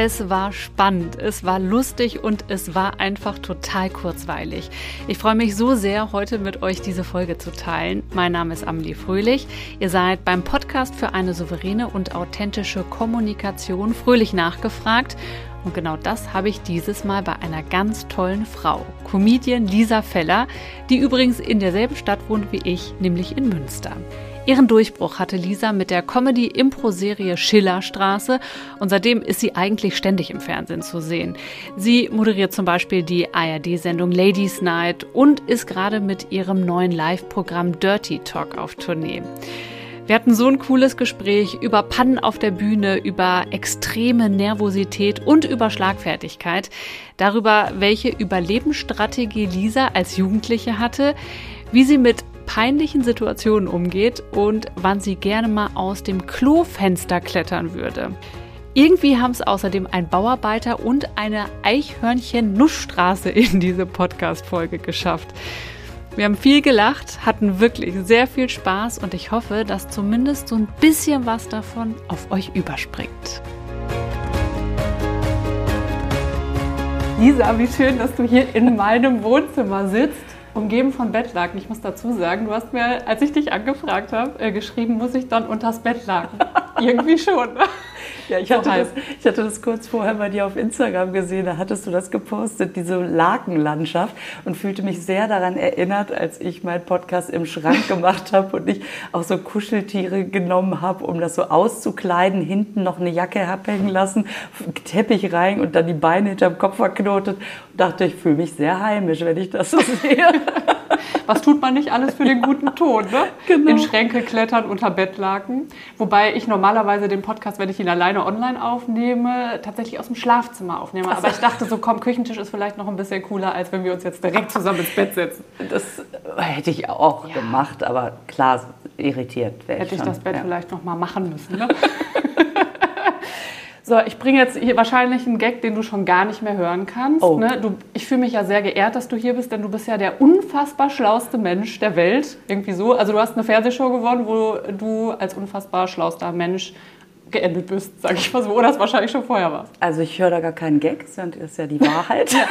Es war spannend, es war lustig und es war einfach total kurzweilig. Ich freue mich so sehr, heute mit euch diese Folge zu teilen. Mein Name ist Amelie Fröhlich. Ihr seid beim Podcast für eine souveräne und authentische Kommunikation fröhlich nachgefragt. Und genau das habe ich dieses Mal bei einer ganz tollen Frau, Comedian Lisa Feller, die übrigens in derselben Stadt wohnt wie ich, nämlich in Münster. Ihren Durchbruch hatte Lisa mit der Comedy-Impro-Serie Schillerstraße und seitdem ist sie eigentlich ständig im Fernsehen zu sehen. Sie moderiert zum Beispiel die ARD-Sendung Ladies Night und ist gerade mit ihrem neuen Live-Programm Dirty Talk auf Tournee. Wir hatten so ein cooles Gespräch über Pannen auf der Bühne, über extreme Nervosität und über Schlagfertigkeit, darüber, welche Überlebensstrategie Lisa als Jugendliche hatte, wie sie mit peinlichen Situationen umgeht und wann sie gerne mal aus dem Klofenster klettern würde. Irgendwie haben es außerdem ein Bauarbeiter und eine Eichhörnchen-Nussstraße in diese Podcast-Folge geschafft. Wir haben viel gelacht, hatten wirklich sehr viel Spaß und ich hoffe, dass zumindest so ein bisschen was davon auf euch überspringt. Lisa, wie schön, dass du hier in meinem Wohnzimmer sitzt. Umgeben von Bettlaken. Ich muss dazu sagen, du hast mir, als ich dich angefragt habe, geschrieben, muss ich dann unters Bettlaken. Irgendwie schon. Ja, ich hatte das kurz vorher bei dir auf Instagram gesehen, da hattest du das gepostet, diese Lakenlandschaft, und fühlte mich sehr daran erinnert, als ich meinen Podcast im Schrank gemacht habe und ich auch so Kuscheltiere genommen habe, um das so auszukleiden, hinten noch eine Jacke abhängen lassen, Teppich rein und dann die Beine hinterm Kopf verknotet und dachte, ich fühle mich sehr heimisch, wenn ich das so sehe. Was tut man nicht alles für den guten Ton, ne? Genau. In Schränke klettern, unter Bettlaken. Wobei ich normalerweise den Podcast, wenn ich ihn alleine online aufnehme, tatsächlich aus dem Schlafzimmer aufnehme. Aber ich dachte so, komm, Küchentisch ist vielleicht noch ein bisschen cooler, als wenn wir uns jetzt direkt zusammen ins Bett setzen. Das hätte ich auch gemacht, aber klar, irritiert wäre ich schon. Hätte ich das Bett vielleicht noch mal machen müssen, ne? So, ich bringe jetzt hier wahrscheinlich einen Gag, den du schon gar nicht mehr hören kannst. Oh. Ne? Ich fühle mich ja sehr geehrt, dass du hier bist, denn du bist ja der unfassbar schlauste Mensch der Welt. Irgendwie so. Also du hast eine Fernsehshow gewonnen, wo du als unfassbar schlauster Mensch geendet bist, sage ich mal so. Oder es wahrscheinlich schon vorher warst. Also ich höre da gar keinen Gag, das ist ja die Wahrheit. Ja.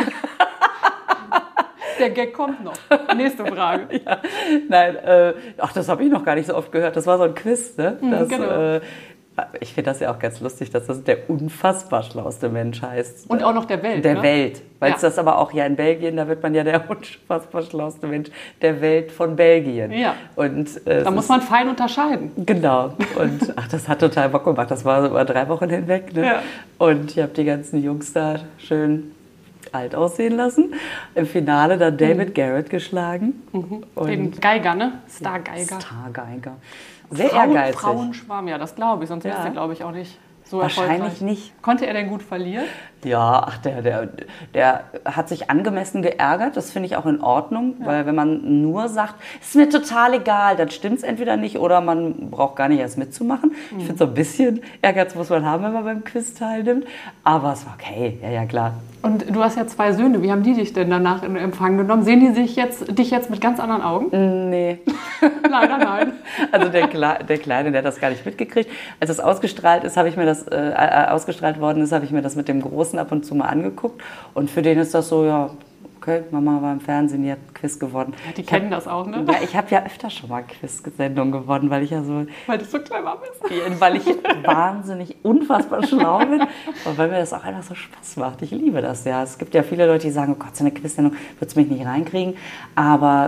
Der Gag kommt noch. Nächste Frage. Ja. Nein, das habe ich noch gar nicht so oft gehört. Das war so ein Quiz, ne? Das, genau. Ich finde das ja auch ganz lustig, dass das der unfassbar schlauste Mensch heißt. Und auch noch der Welt. Der Welt. Weil es das aber auch ja in Belgien, da wird man ja der unfassbar schlauste Mensch der Welt von Belgien. Ja. Und, da muss man fein unterscheiden. Genau. Und das hat total Bock gemacht. Das war so über 3 Wochen hinweg. Ne? Ja. Und ich habe die ganzen Jungs da schön alt aussehen lassen. Im Finale dann David Garrett geschlagen. Und den Geiger, ne? Stargeiger. Stargeiger. Sehr ehrgeizig. Frauenschwarm, ja, das glaube ich. Sonst wäre es, glaube ich, auch nicht so wahrscheinlich erfolgreich. Nicht. Konnte er denn gut verlieren? Ja, der hat sich angemessen geärgert. Das finde ich auch in Ordnung, weil wenn man nur sagt, ist mir total egal, dann stimmt es entweder nicht oder man braucht gar nicht erst mitzumachen. Ich finde, so ein bisschen Ehrgeiz muss man haben, wenn man beim Quiz teilnimmt. Aber es war okay, ja klar. Und du hast ja 2 Söhne. Wie haben die dich denn danach in Empfang genommen? Sehen die dich jetzt mit ganz anderen Augen? Nee. Leider nein. Also der Kleine, der hat das gar nicht mitgekriegt. Als es ausgestrahlt ist, ausgestrahlt worden ist, habe ich mir das mit dem Großen ab und zu mal angeguckt. Und für den ist das so, ja, okay, Mama war im Fernsehen, die hat ein Quiz gewonnen. Ja, die kennen das auch, ne? Ja, ich habe ja öfter schon mal Quiz-Sendungen gewonnen, weil ich ja so... Weil du so clever bist. Weil ich wahnsinnig, unfassbar schlau bin und weil mir das auch einfach so Spaß macht. Ich liebe das, ja. Es gibt ja viele Leute, die sagen, oh Gott, so eine Quiz-Sendung würdest du mich nicht reinkriegen. Aber...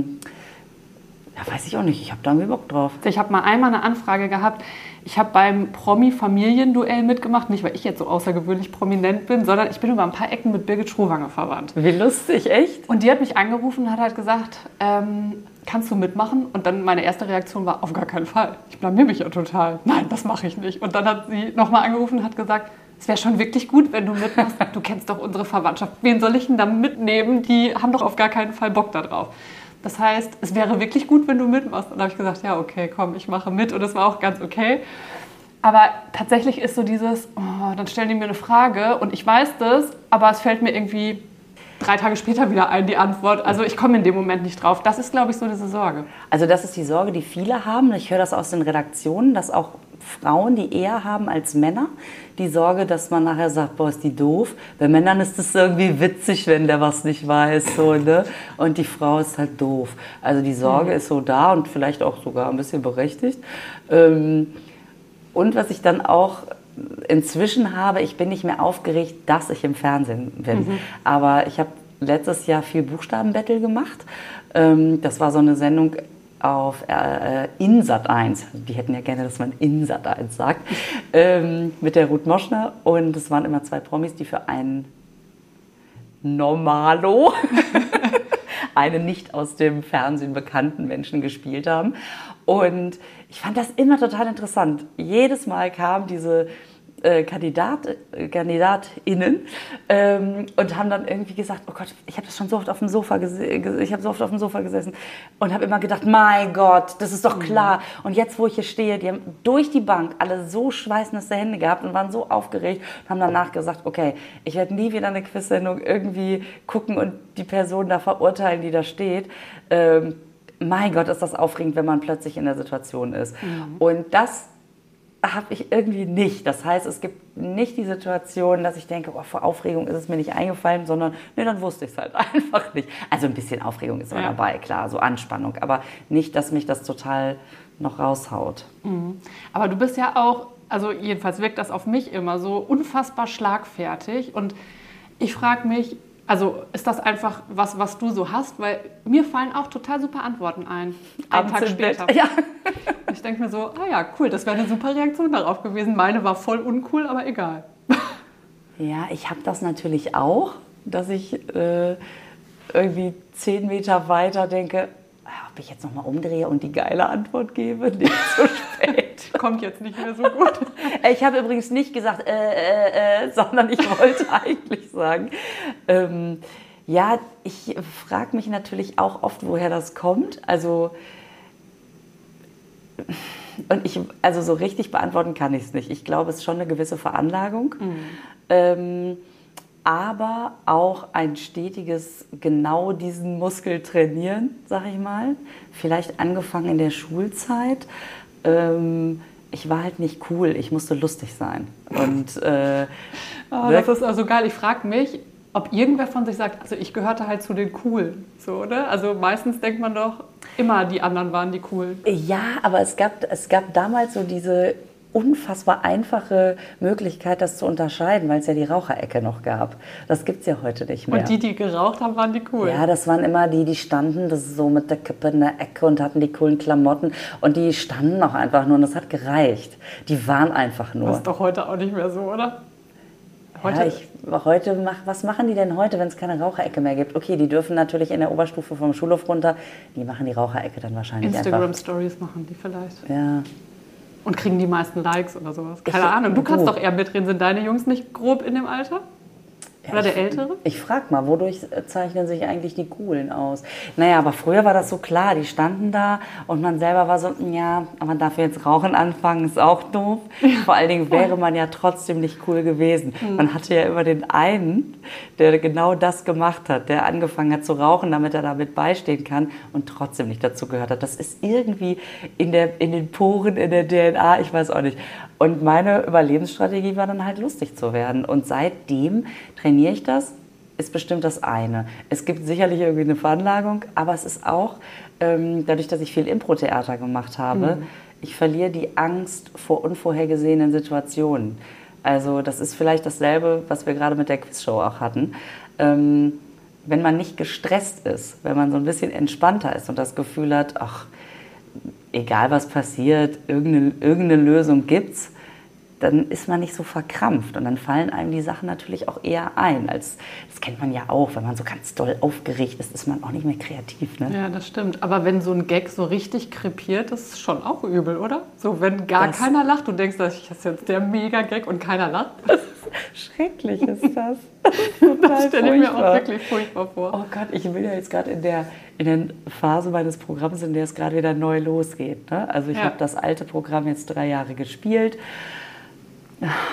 ja, weiß ich auch nicht. Ich habe da irgendwie Bock drauf. Ich habe mal einmal eine Anfrage gehabt. Ich habe beim Promi-Familienduell mitgemacht. Nicht, weil ich jetzt so außergewöhnlich prominent bin, sondern ich bin über ein paar Ecken mit Birgit Schrowange verwandt. Wie lustig, echt? Und die hat mich angerufen und hat halt gesagt, kannst du mitmachen? Und dann meine erste Reaktion war, auf gar keinen Fall. Ich blamier mich ja total. Nein, das mache ich nicht. Und dann hat sie nochmal angerufen und hat gesagt, es wäre schon wirklich gut, wenn du mitmachst. Du kennst doch unsere Verwandtschaft. Wen soll ich denn da mitnehmen? Die haben doch auf gar keinen Fall Bock da drauf. Das heißt, es wäre wirklich gut, wenn du mitmachst. Und da habe ich gesagt, ja, okay, komm, ich mache mit. Und das war auch ganz okay. Aber tatsächlich ist so dieses, dann stellen die mir eine Frage und ich weiß das, aber es fällt mir irgendwie 3 Tage später wieder ein, die Antwort. Also ich komme in dem Moment nicht drauf. Das ist, glaube ich, so diese Sorge. Also das ist die Sorge, die viele haben. Ich höre das aus den Redaktionen, dass auch Frauen, die eher haben als Männer, die Sorge, dass man nachher sagt, boah, ist die doof. Bei Männern ist es irgendwie witzig, wenn der was nicht weiß, so, ne? Und die Frau ist halt doof. Also die Sorge ist so da und vielleicht auch sogar ein bisschen berechtigt. Und was ich dann auch inzwischen habe, ich bin nicht mehr aufgeregt, dass ich im Fernsehen bin. Aber ich habe letztes Jahr viel Buchstabenbattle gemacht. Das war so eine Sendung auf in Sat.1. Die hätten ja gerne, dass man in Sat.1 sagt. Mit der Ruth Moschner. Und es waren immer 2 Promis, die für einen Normalo, einen nicht aus dem Fernsehen bekannten Menschen gespielt haben. Und ich fand das immer total interessant. Jedes Mal kamen diese KandidatInnen und haben dann irgendwie gesagt, oh Gott, ich habe das schon so oft auf dem Sofa gesessen und habe immer gedacht, mein Gott, das ist doch klar. Und jetzt, wo ich hier stehe, die haben durch die Bank alle so schweißnasse Hände gehabt und waren so aufgeregt und haben danach gesagt, okay, ich werde nie wieder eine Quizsendung irgendwie gucken und die Person da verurteilen, die da steht. Mein Gott, ist das aufregend, wenn man plötzlich in der Situation ist. Und das habe ich irgendwie nicht. Das heißt, es gibt nicht die Situation, dass ich denke, oh, vor Aufregung ist es mir nicht eingefallen, sondern nee, dann wusste ich es halt einfach nicht. Also ein bisschen Aufregung ist immer dabei, klar, so Anspannung, aber nicht, dass mich das total noch raushaut. Aber du bist ja auch, also jedenfalls wirkt das auf mich immer so unfassbar schlagfertig und ich frage mich, also ist das einfach was du so hast? Weil mir fallen auch total super Antworten ein. Einen Tag später. Ja. Ich denke mir so, ja, cool, das wäre eine super Reaktion darauf gewesen. Meine war voll uncool, aber egal. Ja, ich habe das natürlich auch, dass ich irgendwie 10 Meter weiter denke, ob ich jetzt nochmal umdrehe und die geile Antwort gebe. Nicht so spät. Kommt jetzt nicht mehr so gut. Ich habe übrigens nicht gesagt, sondern ich wollte eigentlich sagen, ja, ich frage mich natürlich auch oft, woher das kommt. Also so richtig beantworten kann ich es nicht. Ich glaube, es ist schon eine gewisse Veranlagung. Aber auch ein stetiges, genau diesen Muskel trainieren, sag ich mal. Vielleicht angefangen in der Schulzeit. Ich war halt nicht cool, ich musste lustig sein. Und, das ist also geil. Ich frage mich, ob irgendwer von sich sagt, also ich gehörte halt zu den Coolen. So, oder? Also meistens denkt man doch, immer die anderen waren die Coolen. Ja, aber es gab damals so diese unfassbar einfache Möglichkeit, das zu unterscheiden, weil es ja die Raucherecke noch gab. Das gibt es ja heute nicht mehr. Und die geraucht haben, waren die cool? Ja, das waren immer die standen das so mit der Kippe in der Ecke und hatten die coolen Klamotten. Und die standen auch einfach nur und das hat gereicht. Die waren einfach nur. Das ist doch heute auch nicht mehr so, oder? Was machen die denn heute, wenn es keine Raucherecke mehr gibt? Okay, die dürfen natürlich in der Oberstufe vom Schulhof runter. Die machen die Raucherecke dann wahrscheinlich Instagram-Stories machen die vielleicht. Ja. Und kriegen die meisten Likes oder sowas. Keine Ahnung. Du kannst doch eher mitreden. Sind deine Jungs nicht grob in dem Alter? Oder der Ältere? Ich frage mal, wodurch zeichnen sich eigentlich die Coolen aus? Naja, aber früher war das so klar, die standen da und man selber war so, ja, aber man darf jetzt Rauchen anfangen, ist auch doof. Vor allen Dingen wäre man ja trotzdem nicht cool gewesen. Man hatte ja immer den einen, der genau das gemacht hat, der angefangen hat zu rauchen, damit er damit beistehen kann und trotzdem nicht dazu gehört hat. Das ist irgendwie in den Poren, in der DNA, ich weiß auch nicht. Und meine Überlebensstrategie war dann halt lustig zu werden. Und seitdem trainiere ich das, ist bestimmt das eine. Es gibt sicherlich irgendwie eine Veranlagung, aber es ist auch, dadurch, dass ich viel Impro-Theater gemacht habe, ich verliere die Angst vor unvorhergesehenen Situationen. Also das ist vielleicht dasselbe, was wir gerade mit der Quizshow auch hatten. Wenn man nicht gestresst ist, wenn man so ein bisschen entspannter ist und das Gefühl hat, ach, egal was passiert, irgendeine Lösung gibt's, dann ist man nicht so verkrampft und dann fallen einem die Sachen natürlich auch eher ein. Das kennt man ja auch, wenn man so ganz doll aufgeregt ist, ist man auch nicht mehr kreativ. Ne? Ja, das stimmt. Aber wenn so ein Gag so richtig krepiert, das ist schon auch übel, oder? So, wenn keiner lacht, du denkst, das ist jetzt der Mega-Gag und keiner lacht. Schrecklich ist das. Das stelle ich mir auch wirklich furchtbar vor. Oh Gott, ich bin ja jetzt gerade in der Phase meines Programms, in der es gerade wieder neu losgeht. Ne? Also ich habe das alte Programm jetzt 3 Jahre gespielt.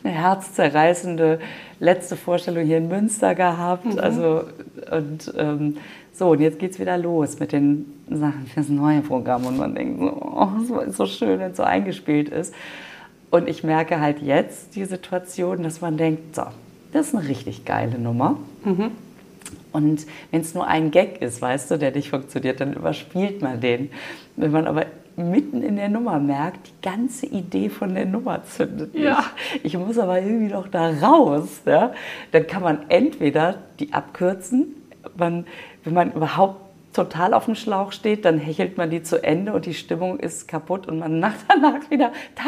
eine herzzerreißende letzte Vorstellung hier in Münster gehabt. Also, und jetzt geht es wieder los mit den Sachen fürs neue Programm. Und man denkt so, oh, so ist so schön, wenn es so eingespielt ist. Und ich merke halt jetzt die Situation, dass man denkt, so, das ist eine richtig geile Nummer. Und wenn es nur ein Gag ist, weißt du, der nicht funktioniert, dann überspielt man den. Wenn man aber mitten in der Nummer merkt, die ganze Idee von der Nummer zündet nicht. Ja. Ich muss aber irgendwie noch da raus. Ja? Dann kann man entweder die abkürzen, wenn man überhaupt total auf dem Schlauch steht, dann hechelt man die zu Ende und die Stimmung ist kaputt und man macht danach wieder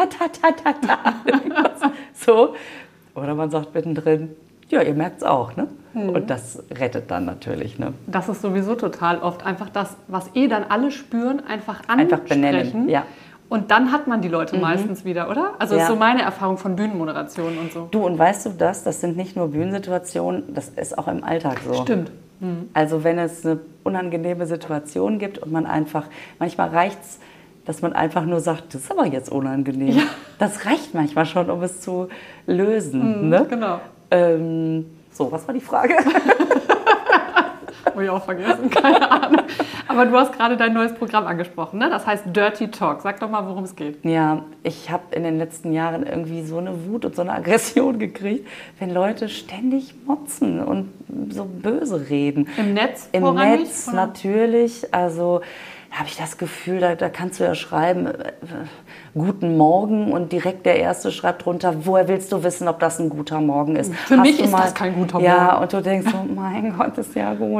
ta. So. Oder man sagt mittendrin, ja, ihr merkt es auch, ne? Und das rettet dann natürlich, ne? Das ist sowieso total oft einfach das, was dann alle spüren, einfach ansprechen. Einfach benennen, ja. Und dann hat man die Leute meistens wieder, oder? Also das ist so meine Erfahrung von Bühnenmoderationen und so. Du, und weißt du das sind nicht nur Bühnensituationen, das ist auch im Alltag so. Stimmt. Also wenn es eine unangenehme Situation gibt und man einfach, manchmal reicht es, dass man einfach nur sagt, das ist aber jetzt unangenehm. Ja. Das reicht manchmal schon, um es zu lösen. Ne? Genau. So, was war die Frage? Habe ich auch vergessen, keine Ahnung. Aber du hast gerade dein neues Programm angesprochen, ne? Das heißt Dirty Talk. Sag doch mal, worum es geht. Ja, ich habe in den letzten Jahren irgendwie so eine Wut und so eine Aggression gekriegt, wenn Leute ständig motzen und so böse reden. Im Netz? Im Netz natürlich. Also habe ich das Gefühl, da kannst du ja schreiben, guten Morgen, und direkt der Erste schreibt drunter, woher willst du wissen, ob das ein guter Morgen ist? Für mich ist das kein guter Morgen. Ja, und du denkst so, mein Gott, ist ja gut.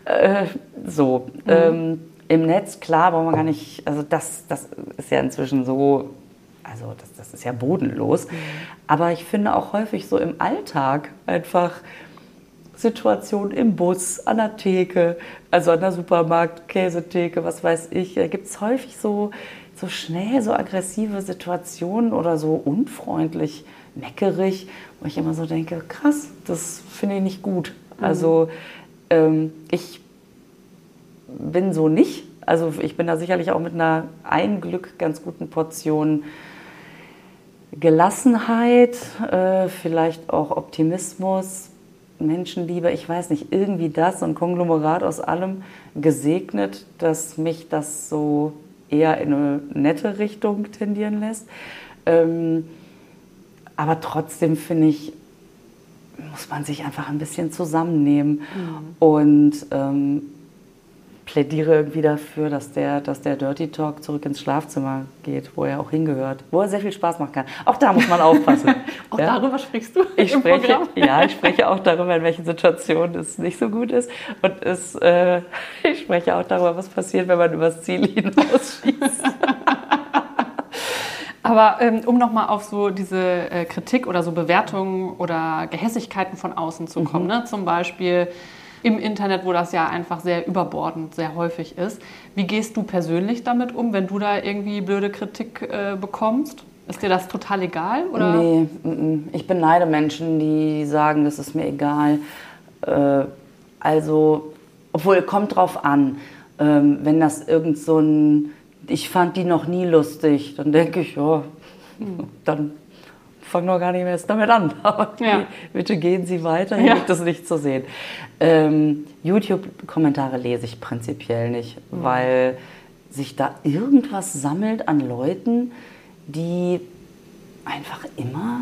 Im Netz, klar, brauchen wir gar nicht, also das ist ja inzwischen so, also das ist ja bodenlos. Aber ich finde auch häufig so im Alltag einfach Situationen im Bus, an der Theke, also an der Supermarkt, Käsetheke, was weiß ich. Da gibt es häufig so schnell so aggressive Situationen oder so unfreundlich, meckerig, wo ich immer so denke, krass, das finde ich nicht gut. Also ich bin so nicht. Also ich bin da sicherlich auch mit einer Glück ganz guten Portion Gelassenheit, vielleicht auch Optimismus, Menschenliebe, ich weiß nicht, irgendwie das, so ein Konglomerat aus allem gesegnet, dass mich das so eher in eine nette Richtung tendieren lässt. Aber trotzdem finde ich, muss man sich einfach ein bisschen zusammennehmen und plädiere irgendwie dafür, dass der Dirty Talk zurück ins Schlafzimmer geht, wo er auch hingehört, wo er sehr viel Spaß machen kann. Auch da muss man aufpassen. Auch darüber sprichst du ich spreche auch darüber, in welchen Situationen es nicht so gut ist. Und ich spreche auch darüber, was passiert, wenn man übers Ziel hinausschießt. Aber um nochmal auf so diese Kritik oder so Bewertungen oder Gehässigkeiten von außen zu kommen, ne? Zum Beispiel im Internet, wo das ja einfach sehr überbordend, sehr häufig ist. Wie gehst du persönlich damit um, wenn du da irgendwie blöde Kritik bekommst? Ist dir das total egal? Oder? Nee, ich beneide Menschen, die sagen, das ist mir egal. Obwohl, kommt drauf an. Wenn das irgend so ein, ich fand die noch nie lustig, dann denke ich, ja, dann fang noch gar nicht mehr erst damit an. Aber bitte gehen Sie weiter, hier gibt es nicht zu sehen. YouTube-Kommentare lese ich prinzipiell nicht, weil sich da irgendwas sammelt an Leuten, die einfach immer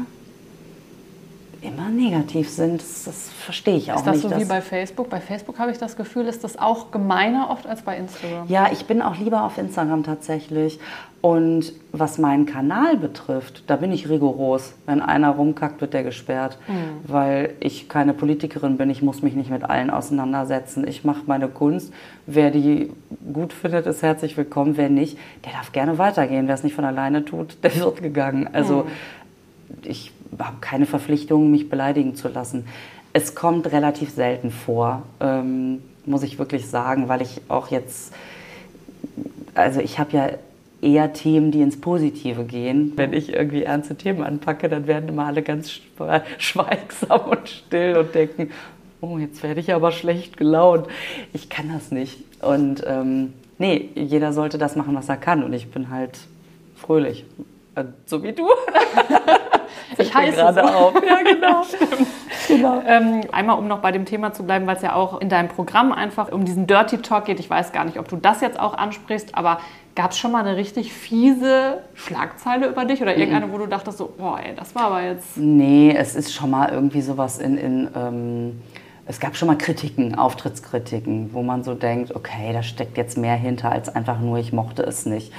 negativ sind. Das verstehe ich auch nicht. Ist das so wie bei Facebook? Bei Facebook habe ich das Gefühl, ist das auch gemeiner oft als bei Instagram. Ja, ich bin auch lieber auf Instagram tatsächlich. Und was meinen Kanal betrifft, da bin ich rigoros. Wenn einer rumkackt, wird der gesperrt. Weil ich keine Politikerin bin. Ich muss mich nicht mit allen auseinandersetzen. Ich mache meine Kunst. Wer die gut findet, ist herzlich willkommen. Wer nicht, der darf gerne weitergehen. Wer es nicht von alleine tut, der wird gegangen. Also ich habe keine Verpflichtung, mich beleidigen zu lassen. Es kommt relativ selten vor, muss ich wirklich sagen, weil ich auch jetzt, also ich habe ja eher Themen, die ins Positive gehen. Wenn ich irgendwie ernste Themen anpacke, dann werden immer alle ganz schweigsam und still und denken, oh, jetzt werde ich aber schlecht gelaunt. Ich kann das nicht. Und nee, jeder sollte das machen, was er kann. Und ich bin halt fröhlich. So wie du. richtig heiß gerade auf. Ja, genau. Genau. Einmal, um noch bei dem Thema zu bleiben, weil es ja auch in deinem Programm einfach um diesen Dirty Talk geht. Ich weiß gar nicht, ob du das jetzt auch ansprichst, aber gab es schon mal eine richtig fiese Schlagzeile über dich oder irgendeine, wo du dachtest so, boah, ey, das war aber jetzt... Nee, es ist schon mal irgendwie sowas es gab schon mal Kritiken, Auftrittskritiken, wo man so denkt, okay, da steckt jetzt mehr hinter als einfach nur, ich mochte es nicht.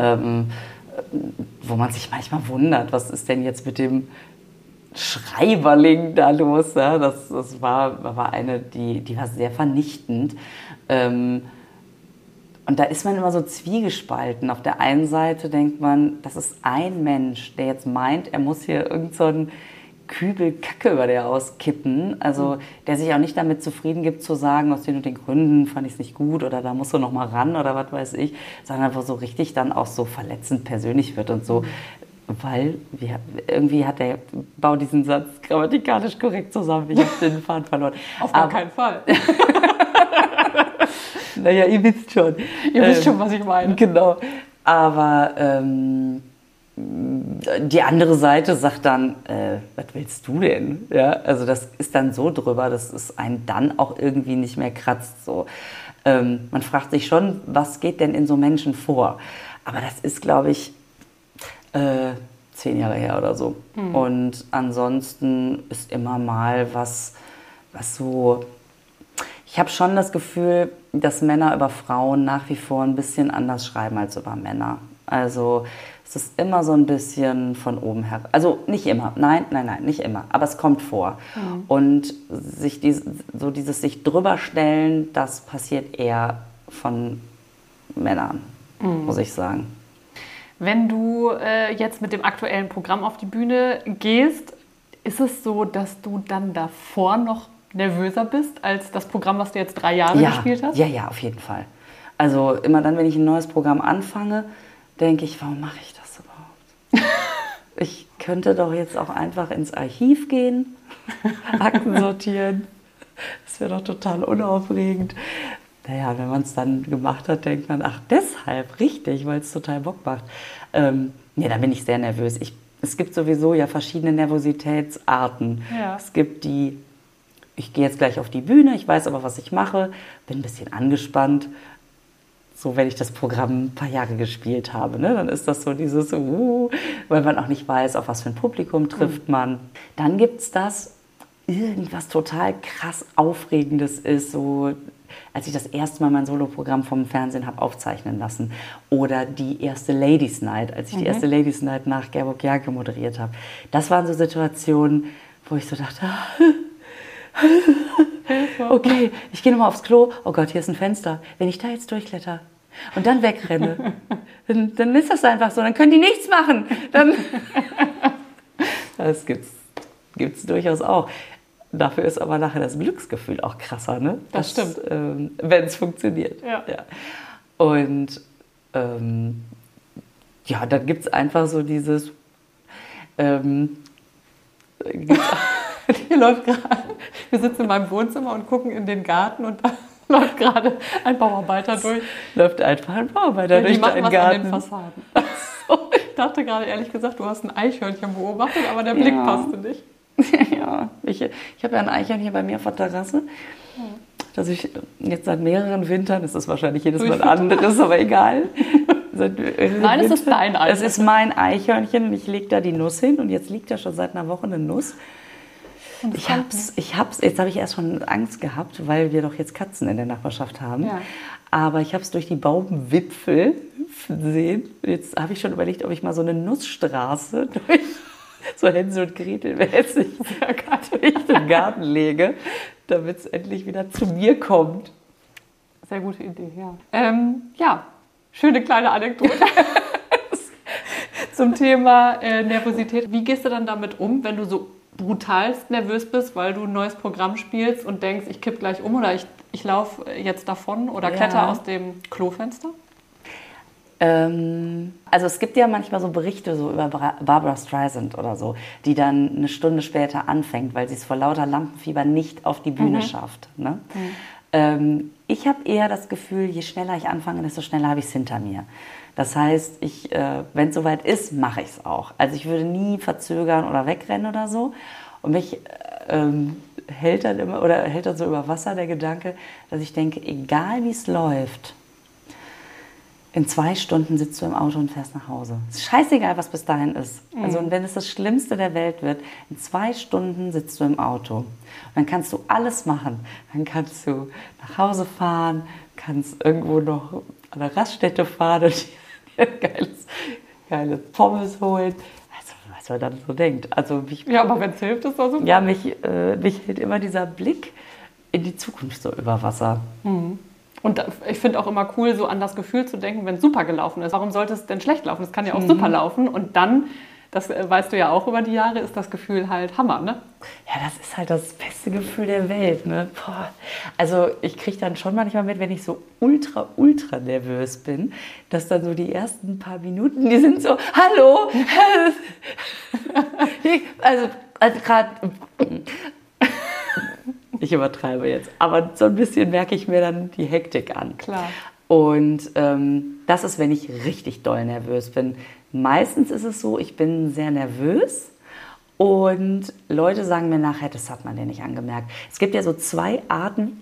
Wo man sich manchmal wundert, was ist denn jetzt mit dem Schreiberling da los? Ja? Das war eine, die war sehr vernichtend. Und da ist man immer so zwiegespalten. Auf der einen Seite denkt man, das ist ein Mensch, der jetzt meint, er muss hier irgend so einen Kübel Kacke über der auskippen. Also der sich auch nicht damit zufrieden gibt zu sagen, aus den und den Gründen fand ich es nicht gut oder da musst du noch mal ran oder was weiß ich, sondern einfach so richtig dann auch so verletzend persönlich wird und so. Weil irgendwie hat der Bau diesen Satz grammatikalisch korrekt zusammen. Ich habe den Faden verloren. Auf gar keinen Fall. Naja, ihr wisst schon. Ihr wisst schon, was ich meine. Genau. Aber die andere Seite sagt dann, was willst du denn? Ja, also das ist dann so drüber, dass es einen dann auch irgendwie nicht mehr kratzt. So. Man fragt sich schon, was geht denn in so Menschen vor? Aber das ist, glaube ich, 10 Jahre her oder so. Und ansonsten ist immer mal was so... Ich habe schon das Gefühl, dass Männer über Frauen nach wie vor ein bisschen anders schreiben als über Männer. Also es ist immer so ein bisschen von oben her. Also nicht immer, nein, nicht immer, aber es kommt vor. Und dieses sich drüber stellen, das passiert eher von Männern, muss ich sagen. Wenn du jetzt mit dem aktuellen Programm auf die Bühne gehst, ist es so, dass du dann davor noch nervöser bist als das Programm, was du jetzt 3 Jahre gespielt hast? Ja, auf jeden Fall. Also immer dann, wenn ich ein neues Programm anfange, denke ich, warum mache ich das überhaupt? Ich könnte doch jetzt auch einfach ins Archiv gehen, Akten sortieren. Das wäre doch total unaufregend. Naja, wenn man es dann gemacht hat, denkt man, ach deshalb, richtig, weil es total Bock macht. Da bin ich sehr nervös. Es gibt sowieso ja verschiedene Nervositätsarten. Ja. Es gibt ich gehe jetzt gleich auf die Bühne, ich weiß aber, was ich mache, bin ein bisschen angespannt. So, wenn ich das Programm ein paar Jahre gespielt habe, ne, dann ist das so dieses, weil man auch nicht weiß, auf was für ein Publikum trifft man. Dann gibt es irgendwas total krass Aufregendes ist, so als ich das erste Mal mein Soloprogramm vom Fernsehen habe aufzeichnen lassen. Oder die erste Ladies Night, als ich die erste Ladies Night nach Gerburg Janke moderiert habe. Das waren so Situationen, wo ich so dachte, okay, ich gehe nochmal aufs Klo. Oh Gott, hier ist ein Fenster. Wenn ich da jetzt durchkletter und dann wegrenne, dann ist das einfach so. Dann können die nichts machen. Das gibt's durchaus auch. Dafür ist aber nachher das Glücksgefühl auch krasser, ne? Das stimmt. Wenn es funktioniert. Ja. Und dann gibt es einfach so dieses... Hier läuft gerade, wir sitzen in meinem Wohnzimmer und gucken in den Garten und da läuft gerade ein Bauarbeiter durch. Läuft einfach ein Bauarbeiter durch deinen Garten. Die machen was an den Fassaden. Ich dachte gerade, ehrlich gesagt, du hast ein Eichhörnchen beobachtet, aber der Blick passte nicht. Ja, ich habe ja ein Eichhörnchen bei mir auf der Terrasse, das ich jetzt seit mehreren Wintern, es ist wahrscheinlich jedes Mal ein anderes, aber egal. Nein, es ist dein Eichhörnchen. Es ist mein Eichhörnchen und ich lege da die Nuss hin und jetzt liegt da schon seit einer Woche eine Nuss. Jetzt habe ich erst schon Angst gehabt, weil wir doch jetzt Katzen in der Nachbarschaft haben. Ja. Aber ich habe es durch die Baumwipfel gesehen. Jetzt habe ich schon überlegt, ob ich mal so eine Nussstraße durch so Hänsel und Gretel mäßig durch den Garten lege, damit es endlich wieder zu mir kommt. Sehr gute Idee, ja. Schöne kleine Anekdote zum Thema Nervosität. Wie gehst du dann damit um, wenn du so brutalst nervös bist, weil du ein neues Programm spielst und denkst, ich kipp gleich um oder ich laufe jetzt davon oder kletter aus dem Klofenster? Also es gibt ja manchmal so Berichte so über Barbra Streisand oder so, die dann eine Stunde später anfängt, weil sie es vor lauter Lampenfieber nicht auf die Bühne schafft. Ne? Ich habe eher das Gefühl, je schneller ich anfange, desto schneller habe ich es hinter mir. Das heißt, wenn es soweit ist, mache ich es auch. Also ich würde nie verzögern oder wegrennen oder so. Und mich hält dann so über Wasser der Gedanke, dass ich denke, egal wie es läuft, in 2 Stunden sitzt du im Auto und fährst nach Hause. Es ist scheißegal, was bis dahin ist. Also und wenn es das Schlimmste der Welt wird, in 2 Stunden sitzt du im Auto. Und dann kannst du alles machen. Dann kannst du nach Hause fahren, kannst irgendwo noch an der Raststätte fahren und dir geiles Pommes holen. Also, was man dann so denkt. Also aber wenn es hilft, ist das super. Ja, mich hält immer dieser Blick in die Zukunft so über Wasser. Und ich finde auch immer cool, so an das Gefühl zu denken, wenn es super gelaufen ist. Warum sollte es denn schlecht laufen? Es kann ja auch super laufen. Und dann, das weißt du ja auch über die Jahre, ist das Gefühl halt Hammer, ne? Ja, das ist halt das beste Gefühl der Welt, ne? Boah. Also ich kriege dann schon manchmal mit, wenn ich so ultra nervös bin, dass dann so die ersten paar Minuten, die sind so, hallo! also gerade... Ich übertreibe jetzt, aber so ein bisschen merke ich mir dann die Hektik an. Klar. Und das ist, wenn ich richtig doll nervös bin. Meistens ist es so, ich bin sehr nervös und Leute sagen mir nachher, das hat man dir nicht angemerkt. Es gibt ja so 2 Arten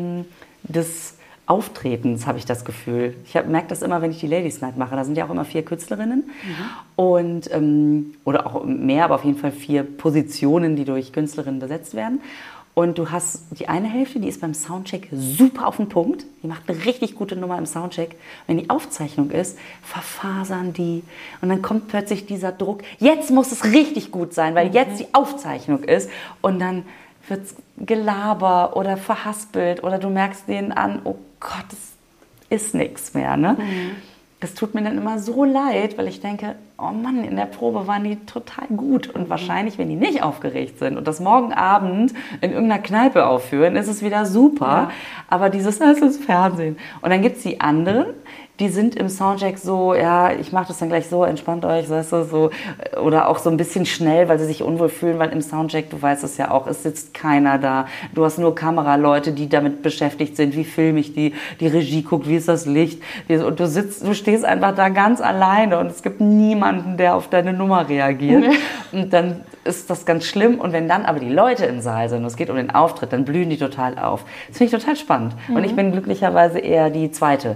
des Auftretens, habe ich das Gefühl. Ich merke das immer, wenn ich die Ladies Night mache. Da sind ja auch immer 4 Künstlerinnen und, oder auch mehr, aber auf jeden Fall 4 Positionen, die durch Künstlerinnen besetzt werden. Und du hast die eine Hälfte, die ist beim Soundcheck super auf den Punkt. Die macht eine richtig gute Nummer im Soundcheck. Wenn die Aufzeichnung ist, verfasern die. Und dann kommt plötzlich dieser Druck. Jetzt muss es richtig gut sein, weil jetzt die Aufzeichnung ist. Und dann wird es Gelaber oder verhaspelt. Oder du merkst denen an, oh Gott, das ist nichts mehr. Ne? Das tut mir dann immer so leid, weil ich denke, oh Mann, in der Probe waren die total gut. Und wahrscheinlich, wenn die nicht aufgeregt sind und das morgen Abend in irgendeiner Kneipe aufführen, ist es wieder super. Ja. Aber das ist Fernsehen. Und dann gibt es die anderen, die sind im Soundcheck so, ja, ich mache das dann gleich so, entspannt euch, weißt du, so. Oder auch so ein bisschen schnell, weil sie sich unwohl fühlen, weil im Soundcheck, du weißt es ja auch, es sitzt keiner da. Du hast nur Kameraleute, die damit beschäftigt sind, wie filme ich die Regie guckt, wie ist das Licht. Und du stehst einfach da ganz alleine und es gibt niemanden, der auf deine Nummer reagiert. Und dann ist das ganz schlimm. Und wenn dann aber die Leute im Saal sind und es geht um den Auftritt, dann blühen die total auf. Das finde ich total spannend. Und ich bin glücklicherweise eher die zweite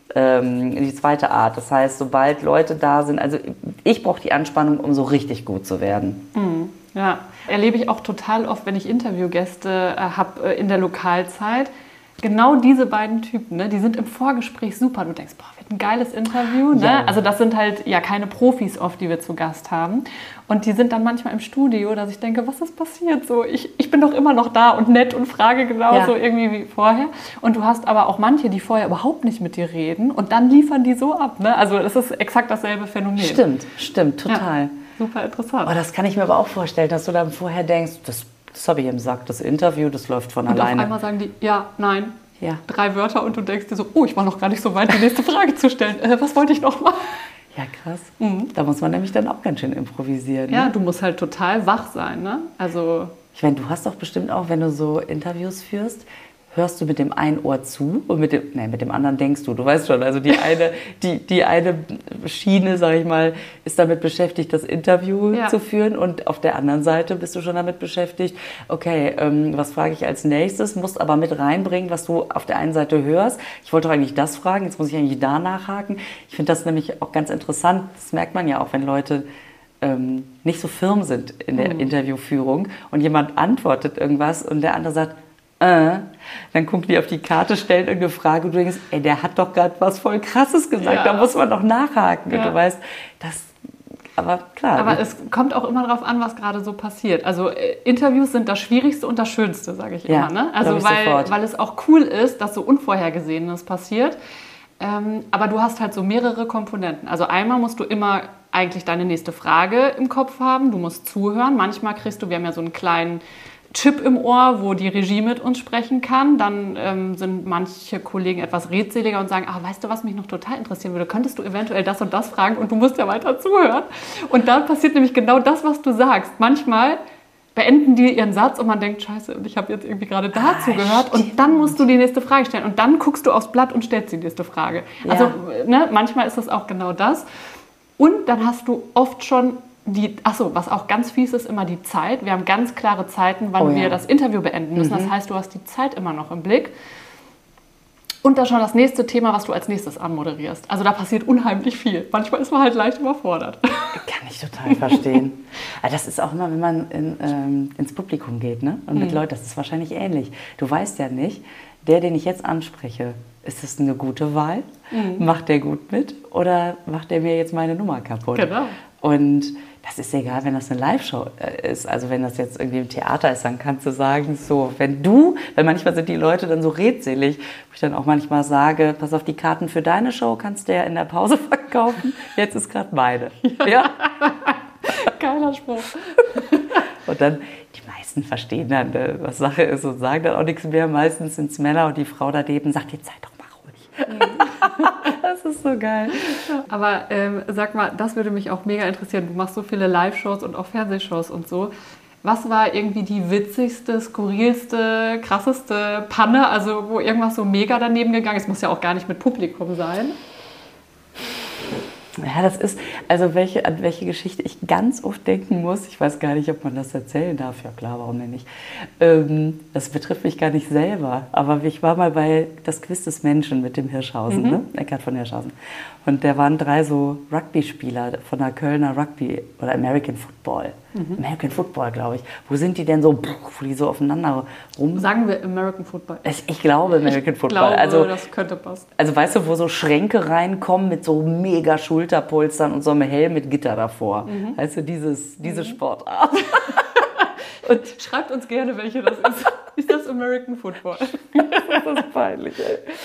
Art. Das heißt, sobald Leute da sind, also ich brauche die Anspannung, um so richtig gut zu werden. Ja, erlebe ich auch total oft, wenn ich Interviewgäste habe in der Lokalzeit. Genau diese beiden Typen, ne, die sind im Vorgespräch super. Du denkst, boah, wird ein geiles Interview. Ne? Ja. Also das sind halt ja keine Profis oft, die wir zu Gast haben. Und die sind dann manchmal im Studio, dass ich denke, was ist passiert? So, ich bin doch immer noch da und nett und frage genauso irgendwie wie vorher. Und du hast aber auch manche, die vorher überhaupt nicht mit dir reden und dann liefern die so ab. Ne? Also das ist exakt dasselbe Phänomen. Stimmt, total. Ja, super interessant. Aber das kann ich mir aber auch vorstellen, dass du dann vorher denkst, das habe ich ihm gesagt, das Interview, das läuft von alleine. Und auf einmal sagen die, ja, nein. Ja. 3 Wörter und du denkst dir so, oh, ich war noch gar nicht so weit, die nächste Frage zu stellen. Was wollte ich noch mal? Ja, krass. Da muss man nämlich dann auch ganz schön improvisieren. Ne? Ja, du musst halt total wach sein. Ne? Also ich meine, du hast doch bestimmt auch, wenn du so Interviews führst, hörst du mit dem einen Ohr zu und mit dem anderen denkst du. Du weißt schon, also die eine Schiene, sag ich mal, ist damit beschäftigt, das Interview zu führen und auf der anderen Seite bist du schon damit beschäftigt, okay, was frage ich als nächstes, musst aber mit reinbringen, was du auf der einen Seite hörst. Ich wollte doch eigentlich das fragen, jetzt muss ich eigentlich da nachhaken. Ich finde das nämlich auch ganz interessant, das merkt man ja auch, wenn Leute nicht so firm sind in der Interviewführung und jemand antwortet irgendwas und der andere sagt, dann gucken die auf die Karte, stellen irgendeine Frage und du denkst, ey, der hat doch gerade was voll Krasses gesagt, da muss man doch nachhaken. Und du weißt, aber klar. Aber es kommt auch immer darauf an, was gerade so passiert. Also Interviews sind das Schwierigste und das Schönste, sage ich immer. Ne? Also weil es auch cool ist, dass so Unvorhergesehenes passiert. Aber du hast halt so mehrere Komponenten. Also einmal musst du immer eigentlich deine nächste Frage im Kopf haben. Du musst zuhören. Manchmal wir haben ja so einen kleinen Chip im Ohr, wo die Regie mit uns sprechen kann. Dann sind manche Kollegen etwas redseliger und sagen, weißt du, was mich noch total interessieren würde? Könntest du eventuell das und das fragen und du musst ja weiter zuhören. Und dann passiert nämlich genau das, was du sagst. Manchmal beenden die ihren Satz und man denkt, scheiße, ich habe jetzt irgendwie gerade dazu gehört. Und dann musst du die nächste Frage stellen. Und dann guckst du aufs Blatt und stellst die nächste Frage. Ja. Also manchmal ist das auch genau das. Und dann hast du oft schon was auch ganz fies ist, immer die Zeit. Wir haben ganz klare Zeiten, wann wir das Interview beenden müssen. Das heißt, du hast die Zeit immer noch im Blick. Und dann schon das nächste Thema, was du als nächstes anmoderierst. Also da passiert unheimlich viel. Manchmal ist man halt leicht überfordert. Kann ich total verstehen. Aber das ist auch immer, wenn man ins Publikum geht, ne? Und mit Leuten, das ist wahrscheinlich ähnlich. Du weißt ja nicht, den ich jetzt anspreche, ist das eine gute Wahl? Macht der gut mit? Oder macht der mir jetzt meine Nummer kaputt? Genau. Und das ist egal, wenn das eine Live-Show ist. Also wenn das jetzt irgendwie im Theater ist, dann kannst du sagen, so, weil manchmal sind die Leute dann so redselig, wo ich dann auch manchmal sage, pass auf, die Karten für deine Show kannst du ja in der Pause verkaufen, jetzt ist gerade meine. Ja. Geiler Spruch. Und dann, die meisten verstehen dann, was Sache ist und sagen dann auch nichts mehr. Meistens sind es Männer und die Frau daneben sagt, jetzt sei doch mal ruhig. Das ist so geil. Aber sag mal, das würde mich auch mega interessieren. Du machst so viele Live-Shows und auch Fernsehshows und so. Was war irgendwie die witzigste, skurrilste, krasseste Panne, also wo irgendwas so mega daneben gegangen ist? Muss ja auch gar nicht mit Publikum sein. Ja, das ist, also an welche Geschichte ich ganz oft denken muss, ich weiß gar nicht, ob man das erzählen darf, ja klar, warum denn nicht, das betrifft mich gar nicht selber, aber ich war mal bei das Quiz des Menschen mit dem Hirschhausen, ne? Eckhard von Hirschhausen, und da waren 3 so Rugby-Spieler von der Kölner Rugby oder American Football, glaube ich, wo sind die denn so, wo die so aufeinander rum... Sagen wir American Football. Ich glaube American Football. Ich glaube, also, das könnte passen. Also weißt du, wo so Schränke reinkommen mit so mega Schulterpolstern und so einem Helm mit Gitter davor. Weißt du, diese Sportart. Und schreibt uns gerne, welche das ist. Ist das American Football? Das ist peinlich,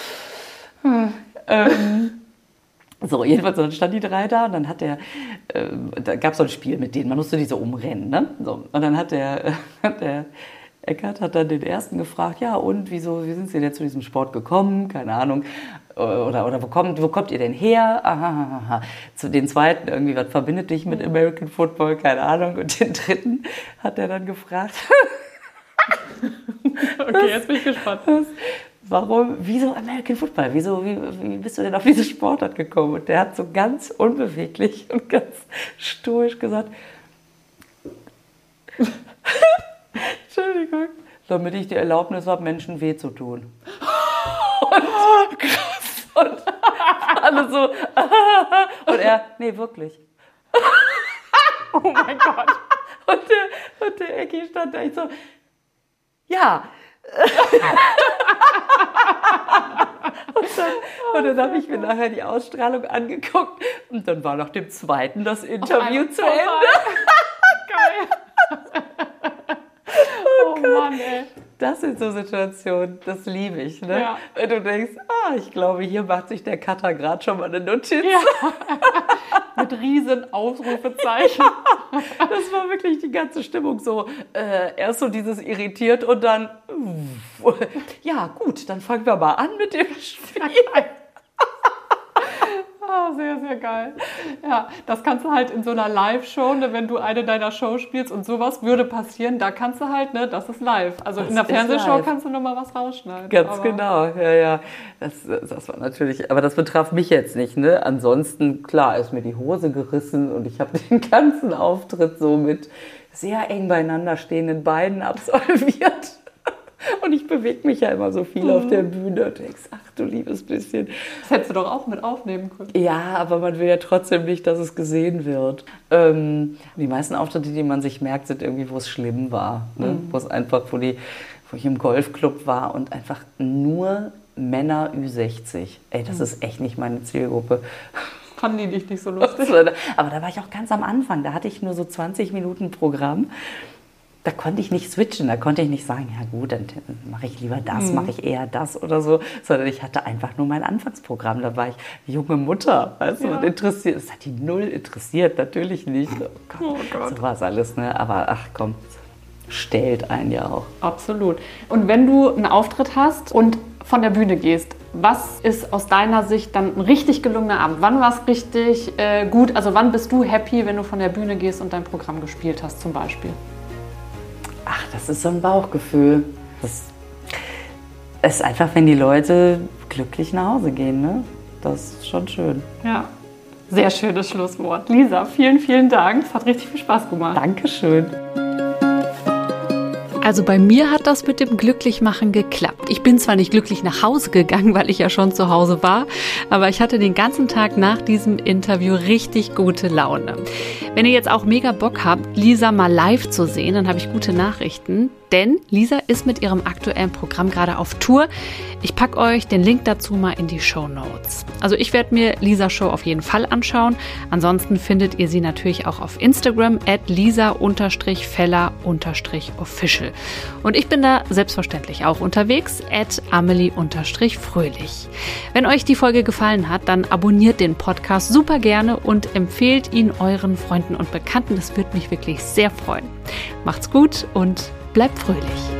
ey. So, jedenfalls dann standen die 3 da und dann hat da gab es so ein Spiel mit denen, man musste die so umrennen, ne? So, und dann hat der Eckhard hat dann den ersten gefragt, ja und, wie sind Sie denn zu diesem Sport gekommen? Keine Ahnung. Oder wo kommt ihr denn her? Aha. Zu den zweiten irgendwie, was verbindet dich mit American Football? Keine Ahnung. Und den dritten hat er dann gefragt. Okay, jetzt bin ich gespannt. Wieso American Football? Wie bist du denn auf diese Sportart gekommen? Und der hat so ganz unbeweglich und ganz stoisch gesagt, Entschuldigung, damit ich die Erlaubnis habe, Menschen weh zu tun. Und alle so, und er, nee, wirklich. Oh mein Gott. Und der Ecki stand da, ich so, ja. Und dann habe ich mir nachher die Ausstrahlung angeguckt und dann war nach dem zweiten das Interview zu Ende. Geil. Oh Mann, ey. Das sind so Situationen, das liebe ich. Ne? Ja. Wenn du denkst, ich glaube, hier macht sich der Cutter gerade schon mal eine Notiz. Ja. Mit riesen Ausrufezeichen. Das war wirklich die ganze Stimmung so. Erst so dieses irritiert und dann, ja gut, dann fangen wir mal an mit dem Spiel. Sehr, sehr geil. Ja, das kannst du halt in so einer Live-Show, ne, wenn du eine deiner Shows spielst und sowas würde passieren, da kannst du halt, ne, das ist live. Also das in der Fernsehshow kannst du nochmal was rausschneiden. Ganz genau, ja. Das war natürlich, aber das betraf mich jetzt nicht, ne. Ansonsten, klar, ist mir die Hose gerissen und ich habe den ganzen Auftritt so mit sehr eng beieinander stehenden Beinen absolviert. Und ich bewege mich ja immer so viel auf der Bühne und denkst, ach du liebes bisschen. Das hättest du doch auch mit aufnehmen können. Ja, aber man will ja trotzdem nicht, dass es gesehen wird. Die meisten Auftritte, die man sich merkt, sind irgendwie, wo es schlimm war. Ne? Wo es einfach, wo ich im Golfclub war und einfach nur Männer Ü60. Ey, das ist echt nicht meine Zielgruppe. Fanden die dich nicht so lustig? Aber da war ich auch ganz am Anfang. Da hatte ich nur so 20 Minuten Programm. Da konnte ich nicht switchen, da konnte ich nicht sagen, ja gut, dann mache ich lieber das, mache ich eher das oder so, sondern ich hatte einfach nur mein Anfangsprogramm. Da war ich junge Mutter, weißt du, und interessiert. Das hat die null interessiert, natürlich nicht. Oh Gott. So war es alles, ne? Aber ach komm, stellt einen ja auch. Absolut. Und wenn du einen Auftritt hast und von der Bühne gehst, was ist aus deiner Sicht dann ein richtig gelungener Abend? Wann war es richtig gut? Also wann bist du happy, wenn du von der Bühne gehst und dein Programm gespielt hast zum Beispiel? das ist so ein Bauchgefühl. Das ist einfach, wenn die Leute glücklich nach Hause gehen, ne? Das ist schon schön. Ja, sehr schönes Schlusswort. Lisa, vielen, vielen Dank. Es hat richtig viel Spaß gemacht. Dankeschön. Also bei mir hat das mit dem Glücklichmachen geklappt. Ich bin zwar nicht glücklich nach Hause gegangen, weil ich ja schon zu Hause war, aber ich hatte den ganzen Tag nach diesem Interview richtig gute Laune. Wenn ihr jetzt auch mega Bock habt, Lisa mal live zu sehen, dann habe ich gute Nachrichten. Denn Lisa ist mit ihrem aktuellen Programm gerade auf Tour. Ich packe euch den Link dazu mal in die Shownotes. Also ich werde mir Lisas Show auf jeden Fall anschauen. Ansonsten findet ihr sie natürlich auch auf Instagram @lisa_feller_official. Und ich bin da selbstverständlich auch unterwegs @amelie_fröhlich. Wenn euch die Folge gefallen hat, dann abonniert den Podcast super gerne und empfehlt ihn euren Freunden und Bekannten. Das würde mich wirklich sehr freuen. Macht's gut und bleibt fröhlich.